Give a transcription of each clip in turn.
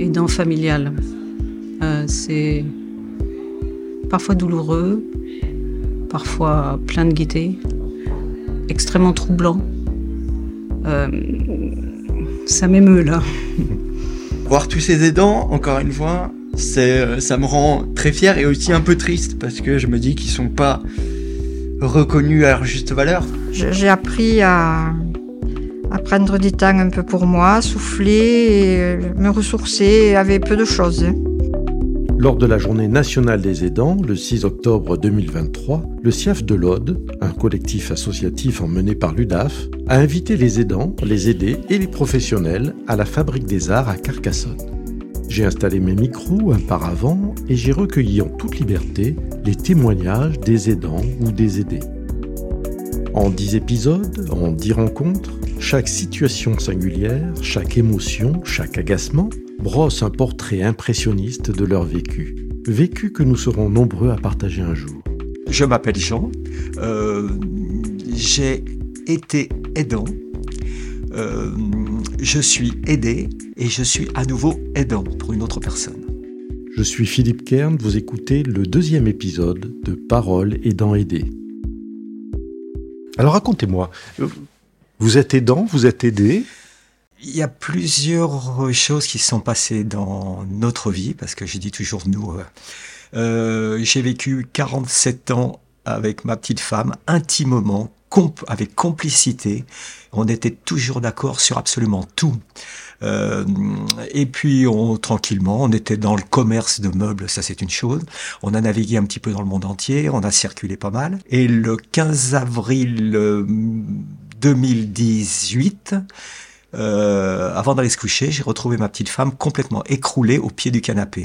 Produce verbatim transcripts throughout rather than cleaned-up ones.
aidant familial. Euh, c'est parfois douloureux, parfois plein de gaieté, extrêmement troublant. Euh, ça m'émeut là. Voir tous ces aidants, encore une fois, c'est, ça me rend très fier et aussi un peu triste parce que je me dis qu'ils sont pas reconnus à leur juste valeur. J'ai appris à, à prendre du temps un peu pour moi, souffler, et me ressourcer avec peu de choses. Lors de la journée nationale des aidants, le six octobre deux mille vingt-trois, le C I A F de l'Aude, un collectif associatif emmené par l'U D A F, a invité les aidants, les aidés et les professionnels à la Fabrique des Arts à Carcassonne. J'ai installé mes micros un par avant et j'ai recueilli en toute liberté les témoignages des aidants ou des aidés. En dix épisodes, en dix rencontres, chaque situation singulière, chaque émotion, chaque agacement brosse un portrait impressionniste de leur vécu. Vécu que nous serons nombreux à partager un jour. Je m'appelle Jean, euh, j'ai été aidant, euh, je suis aidé et je suis à nouveau aidant pour une autre personne. Je suis Philippe Kern, vous écoutez le deuxième épisode de Paroles aidant aidé. Alors racontez-moi, vous êtes aidant, vous êtes aidé ? Il y a plusieurs choses qui se sont passées dans notre vie, parce que je dis toujours nous. Euh, j'ai vécu quarante-sept ans avec ma petite femme, intimement, comp- avec complicité. On était toujours d'accord sur absolument tout. Euh, et puis, on, tranquillement, on était dans le commerce de meubles, ça c'est une chose. On a navigué un petit peu dans le monde entier, on a circulé pas mal. Et le quinze avril deux mille dix-huit... Euh, avant d'aller se coucher, j'ai retrouvé ma petite femme complètement écroulée au pied du canapé.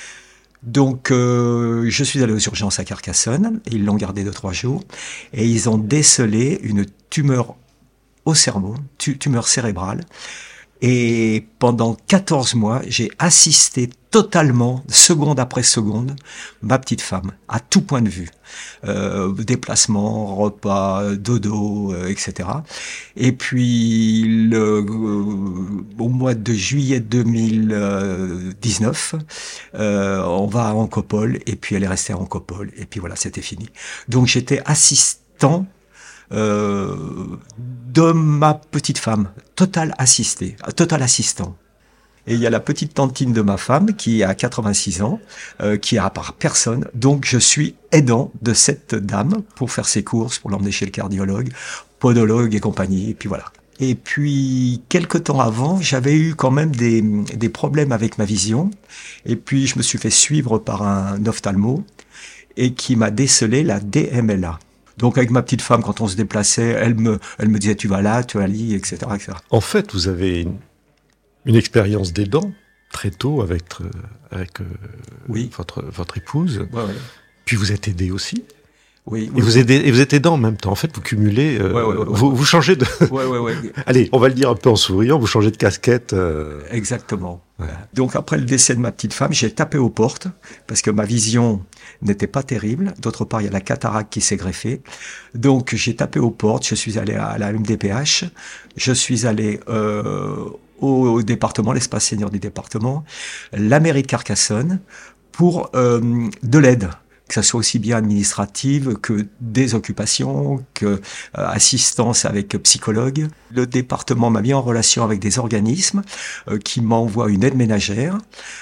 Donc, euh, je suis allé aux urgences à Carcassonne. Ils l'ont gardée deux, trois jours. Et ils ont décelé une tumeur au cerveau, tu- tumeur cérébrale. Et pendant quatorze mois, j'ai assisté totalement, seconde après seconde, ma petite femme, à tout point de vue. Euh, déplacement, repas, dodo, euh, et cetera. Et puis, le, euh, au mois de juillet deux mille dix-neuf, euh, on va à Ancopole, et puis elle est restée à Ancopole, et puis voilà, c'était fini. Donc j'étais assistant Euh, de ma petite femme, total assisté, total assistant. Et il y a la petite tantine de ma femme qui a quatre-vingt-six ans, euh, qui a à part personne. Donc je suis aidant de cette dame pour faire ses courses, pour l'emmener chez le cardiologue, podologue et compagnie. Et puis voilà. Et puis quelque temps avant, j'avais eu quand même des, des problèmes avec ma vision. Et puis je me suis fait suivre par un ophtalmo et qui m'a décelé la D M L A. Donc avec ma petite femme, quand on se déplaçait, elle me, elle me disait tu vas là, tu vas là, et cetera, et cetera. En fait, vous avez une, une expérience d'aidant très tôt avec, avec euh, oui. votre, votre épouse. Ouais, ouais. Puis vous êtes aidé aussi. Oui, et, oui, vous oui. aidez, et vous êtes aidant en même temps. En fait, vous cumulez, euh, ouais, ouais, ouais, vous, ouais. vous changez de... Ouais, ouais, ouais. Allez, on va le dire un peu en souriant, vous changez de casquette. Euh... Exactement. Ouais. Donc après le décès de ma petite femme, j'ai tapé aux portes parce que ma vision n'était pas terrible. D'autre part, il y a la cataracte qui s'est greffée. Donc j'ai tapé aux portes, je suis allé à la M D P H, je suis allé euh, au, au département, l'espace senior du département, la mairie de Carcassonne, pour euh, de l'aide, que ça soit aussi bien administrative que des occupations, que euh, assistance avec psychologue. Le département m'a mis en relation avec des organismes euh, qui m'envoient une aide ménagère.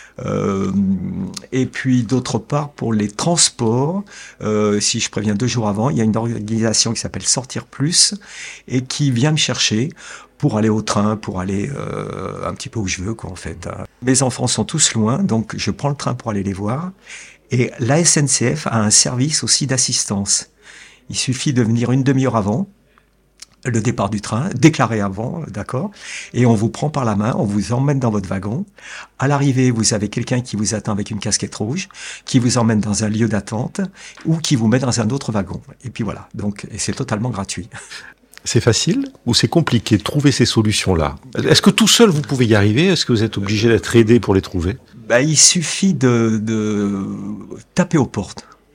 Euh, et puis d'autre part pour les transports, euh, si je préviens deux jours avant, il y a une organisation qui s'appelle Sortir Plus et qui vient me chercher pour aller au train, pour aller euh, un petit peu où je veux, quoi, en fait. Mes enfants sont tous loin, donc je prends le train pour aller les voir. Et la S N C F a un service aussi d'assistance. Il suffit de venir une demi-heure avant le départ du train, déclarer avant, d'accord, et on vous prend par la main, on vous emmène dans votre wagon. À l'arrivée, vous avez quelqu'un qui vous attend avec une casquette rouge, qui vous emmène dans un lieu d'attente ou qui vous met dans un autre wagon. Et puis voilà, donc et c'est totalement gratuit. C'est facile ou c'est compliqué de trouver ces solutions-là ? Est-ce que tout seul vous pouvez y arriver ? Est-ce que vous êtes obligé d'être aidé pour les trouver ? Ben, il suffit de, de taper aux portes.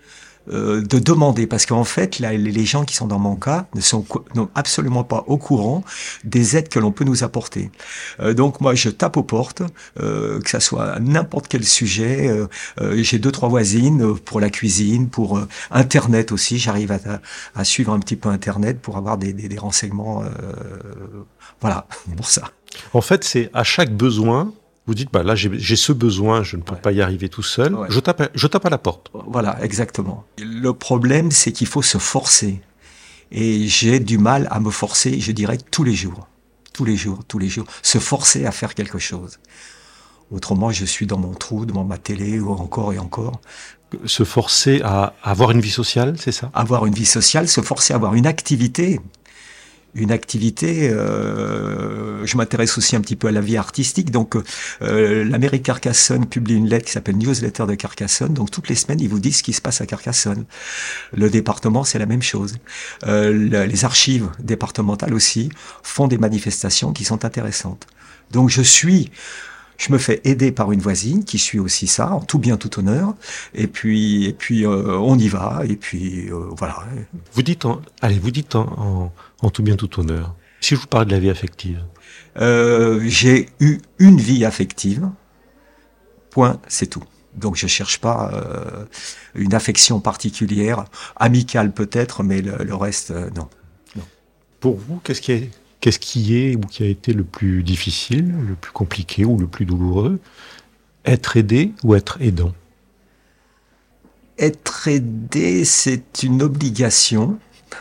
euh, de demander, parce qu'en fait, là, les gens qui sont dans mon cas ne sont non, absolument pas au courant des aides que l'on peut nous apporter. Euh, donc moi, je tape aux portes, euh, que ça soit à n'importe quel sujet. Euh, euh, j'ai deux, trois voisines pour la cuisine, pour euh, Internet aussi. J'arrive à, à suivre un petit peu Internet pour avoir des, des, des renseignements. Euh, voilà, pour ça. En fait, c'est à chaque besoin. Vous dites, bah là, j'ai, j'ai ce besoin, je ne peux ouais. pas y arriver tout seul. Ouais. Je tape, je tape à la porte. Voilà, exactement. Le problème, c'est qu'il faut se forcer. Et j'ai du mal à me forcer, je dirais, tous les jours. Tous les jours, tous les jours. Se forcer à faire quelque chose. Autrement, je suis dans mon trou, devant ma télé, ou encore et encore. Se forcer à avoir une vie sociale, c'est ça ? Avoir une vie sociale, se forcer à avoir une activité. Une activité, euh, je m'intéresse aussi un petit peu à la vie artistique, donc euh, la mairie de Carcassonne publie une lettre qui s'appelle Newsletter de Carcassonne, donc toutes les semaines ils vous disent ce qui se passe à Carcassonne. Le département c'est la même chose. Euh, le, les archives départementales aussi font des manifestations qui sont intéressantes. Donc je suis... Je me fais aider par une voisine qui suit aussi ça, en tout bien, tout honneur. Et puis, et puis euh, on y va. Et puis, euh, voilà. Vous dites, en, allez, vous dites en, en, en tout bien, tout honneur. Si je vous parle de la vie affective. Euh, j'ai eu une vie affective. Point, c'est tout. Donc je cherche pas euh, une affection particulière, amicale peut-être, mais le, le reste, euh, non. non. Pour vous, qu'est-ce qui est Qu'est-ce qui est ou qui a été le plus difficile, le plus compliqué ou le plus douloureux ? Être aidé ou être aidant ? Être aidé, c'est une obligation.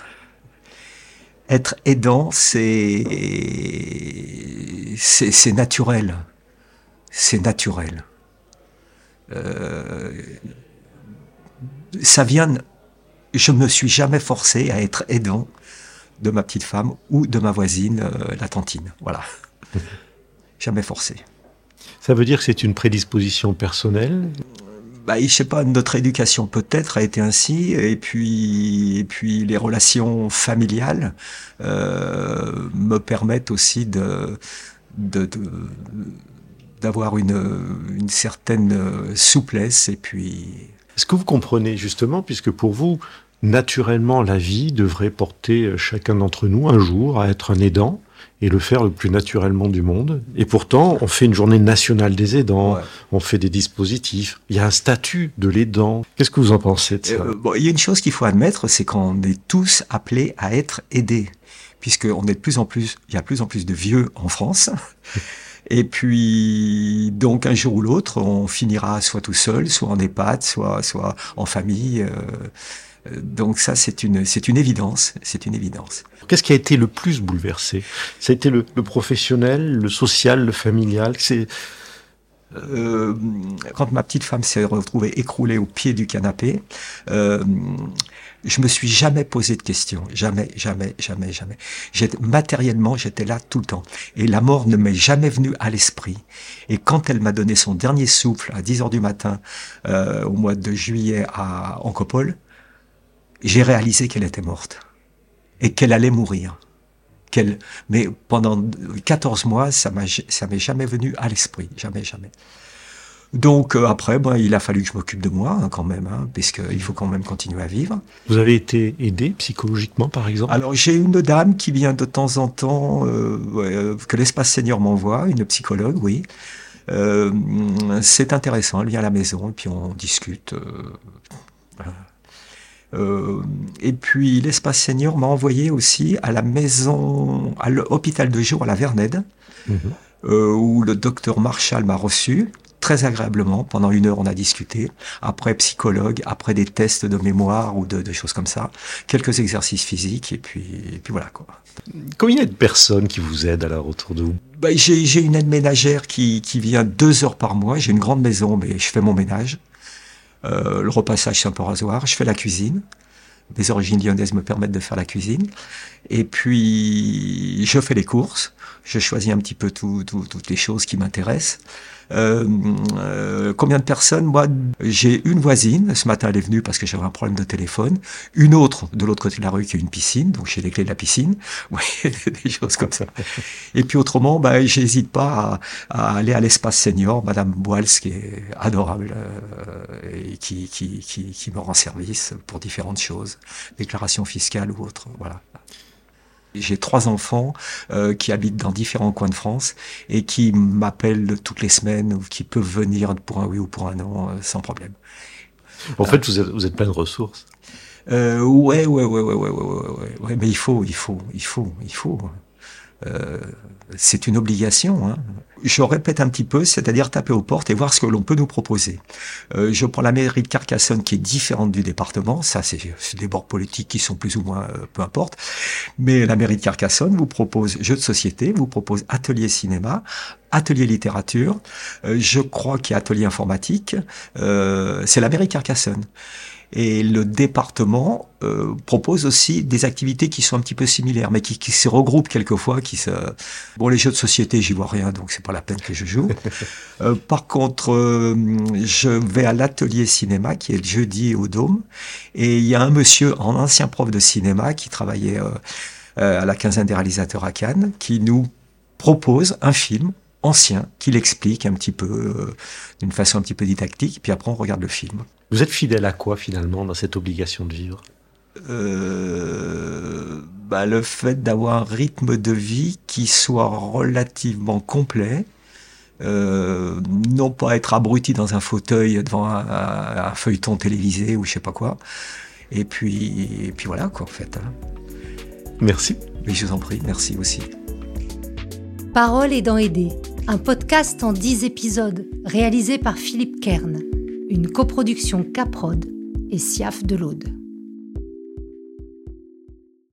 Être aidant, c'est, c'est, c'est naturel. C'est naturel. Euh, ça vient... Je ne me suis jamais forcé à être aidant de ma petite femme ou de ma voisine, euh, la tantine. Voilà. Jamais forcé. Ça veut dire que c'est une prédisposition personnelle ? Bah, je sais pas, notre éducation peut-être a été ainsi, et puis, et puis les relations familiales euh, me permettent aussi de, de, de, d'avoir une, une certaine souplesse, et puis... Est-ce que vous comprenez justement, puisque pour vous, naturellement, la vie devrait porter chacun d'entre nous un jour à être un aidant et le faire le plus naturellement du monde. Et pourtant, on fait une journée nationale des aidants, ouais. On fait des dispositifs. Il y a un statut de l'aidant. Qu'est-ce que vous en pensez de ça ? euh, bon, il y a une chose qu'il faut admettre, c'est qu'on est tous appelés à être aidés, puisqu'on est de plus en plus, il y a de plus en plus de vieux en France. Et puis, donc, un jour ou l'autre, on finira soit tout seul, soit en EHPAD, soit, soit en famille. Euh, Donc ça, c'est une, c'est une évidence, c'est une évidence. Qu'est-ce qui a été le plus bouleversé ? Ça a été le, le professionnel, le social, le familial. C'est euh, quand ma petite femme s'est retrouvée écroulée au pied du canapé, euh, je me suis jamais posé de questions, jamais, jamais, jamais, jamais. J'étais, matériellement, j'étais là tout le temps, et la mort ne m'est jamais venue à l'esprit. Et quand elle m'a donné son dernier souffle à dix heures du matin, euh, au mois de juillet à Ancopole, j'ai réalisé qu'elle était morte et qu'elle allait mourir. Qu'elle, mais pendant quatorze mois, ça m'a, ça m'est jamais venu à l'esprit, jamais, jamais. Donc euh, après, ben, il a fallu que je m'occupe de moi hein, quand même, hein, puisqu'il faut quand même continuer à vivre. Vous avez été aidé psychologiquement, par exemple ? Alors j'ai une dame qui vient de temps en temps, euh, ouais, que l'Espace Senior m'envoie, une psychologue, oui. Euh, c'est intéressant, elle vient à la maison et puis on discute. Euh, voilà. Euh, et puis l'Espace Senior m'a envoyé aussi à la maison, à l'hôpital de jour à la Vernède, mmh. euh, où le docteur Marshall m'a reçu, très agréablement, pendant une heure on a discuté, après psychologue, après des tests de mémoire ou de, de choses comme ça, quelques exercices physiques, et puis, et puis voilà quoi. Combien de personnes qui vous aident alors autour de vous ? Bah, j'ai, j'ai une aide ménagère qui, qui vient deux heures par mois, j'ai une grande maison mais je fais mon ménage. Euh, le repassage c'est un peu rasoir, je fais la cuisine, mes origines lyonnaises me permettent de faire la cuisine, et puis je fais les courses, Je choisis un petit peu tout, tout, toutes les choses qui m'intéressent. Euh, euh, combien de personnes? Moi, j'ai une voisine. Ce matin, elle est venue parce que j'avais un problème de téléphone. Une autre de l'autre côté de la rue qui a une piscine, donc j'ai les clés de la piscine. Oui, des choses comme ça. Et puis autrement, bah, j'hésite pas à, à aller à l'espace senior. Madame Boils, qui est adorable euh, et qui, qui, qui, qui me rend service pour différentes choses, déclaration fiscale ou autre. Voilà. J'ai trois enfants euh, qui habitent dans différents coins de France et qui m'appellent toutes les semaines ou qui peuvent venir pour un oui ou pour un non euh, sans problème. En fait, vous êtes, vous êtes plein de ressources. Euh, ouais, ouais, ouais, ouais, ouais, ouais, ouais, ouais, mais il faut, il faut, il faut, il faut. Euh, c'est une obligation. Hein. Je répète un petit peu, c'est-à-dire taper aux portes et voir ce que l'on peut nous proposer. Euh, je prends la mairie de Carcassonne qui est différente du département. Ça, c'est, c'est des bords politiques qui sont plus ou moins, euh, peu importe. Mais la mairie de Carcassonne vous propose jeux de société, vous propose atelier cinéma, atelier littérature. Euh, je crois qu'il y a atelier informatique. Euh, c'est la mairie de Carcassonne. Et le département euh, propose aussi des activités qui sont un petit peu similaires, mais qui, qui se regroupent quelquefois. Qui se... Bon, les jeux de société, j'y vois rien, donc c'est pas la peine que je joue. euh, par contre, euh, je vais à l'atelier cinéma, qui est le jeudi au Dôme, et il y a un monsieur, un ancien prof de cinéma, qui travaillait euh, euh, à la quinzaine des réalisateurs à Cannes, qui nous propose un film ancien, qui l'explique un petit peu, euh, d'une façon un petit peu didactique, puis après on regarde le film. Vous êtes fidèle à quoi finalement dans cette obligation de vivre? euh, bah, Le fait d'avoir un rythme de vie qui soit relativement complet, euh, non pas être abruti dans un fauteuil devant un, un, un feuilleton télévisé ou je sais pas quoi, et puis, et puis voilà quoi en fait. Hein. Merci. Oui, je vous en prie, merci aussi. Parole aidant aider, un podcast en dix épisodes, réalisé par Philippe Kern, une coproduction Caprod et SIAF de l'Aude.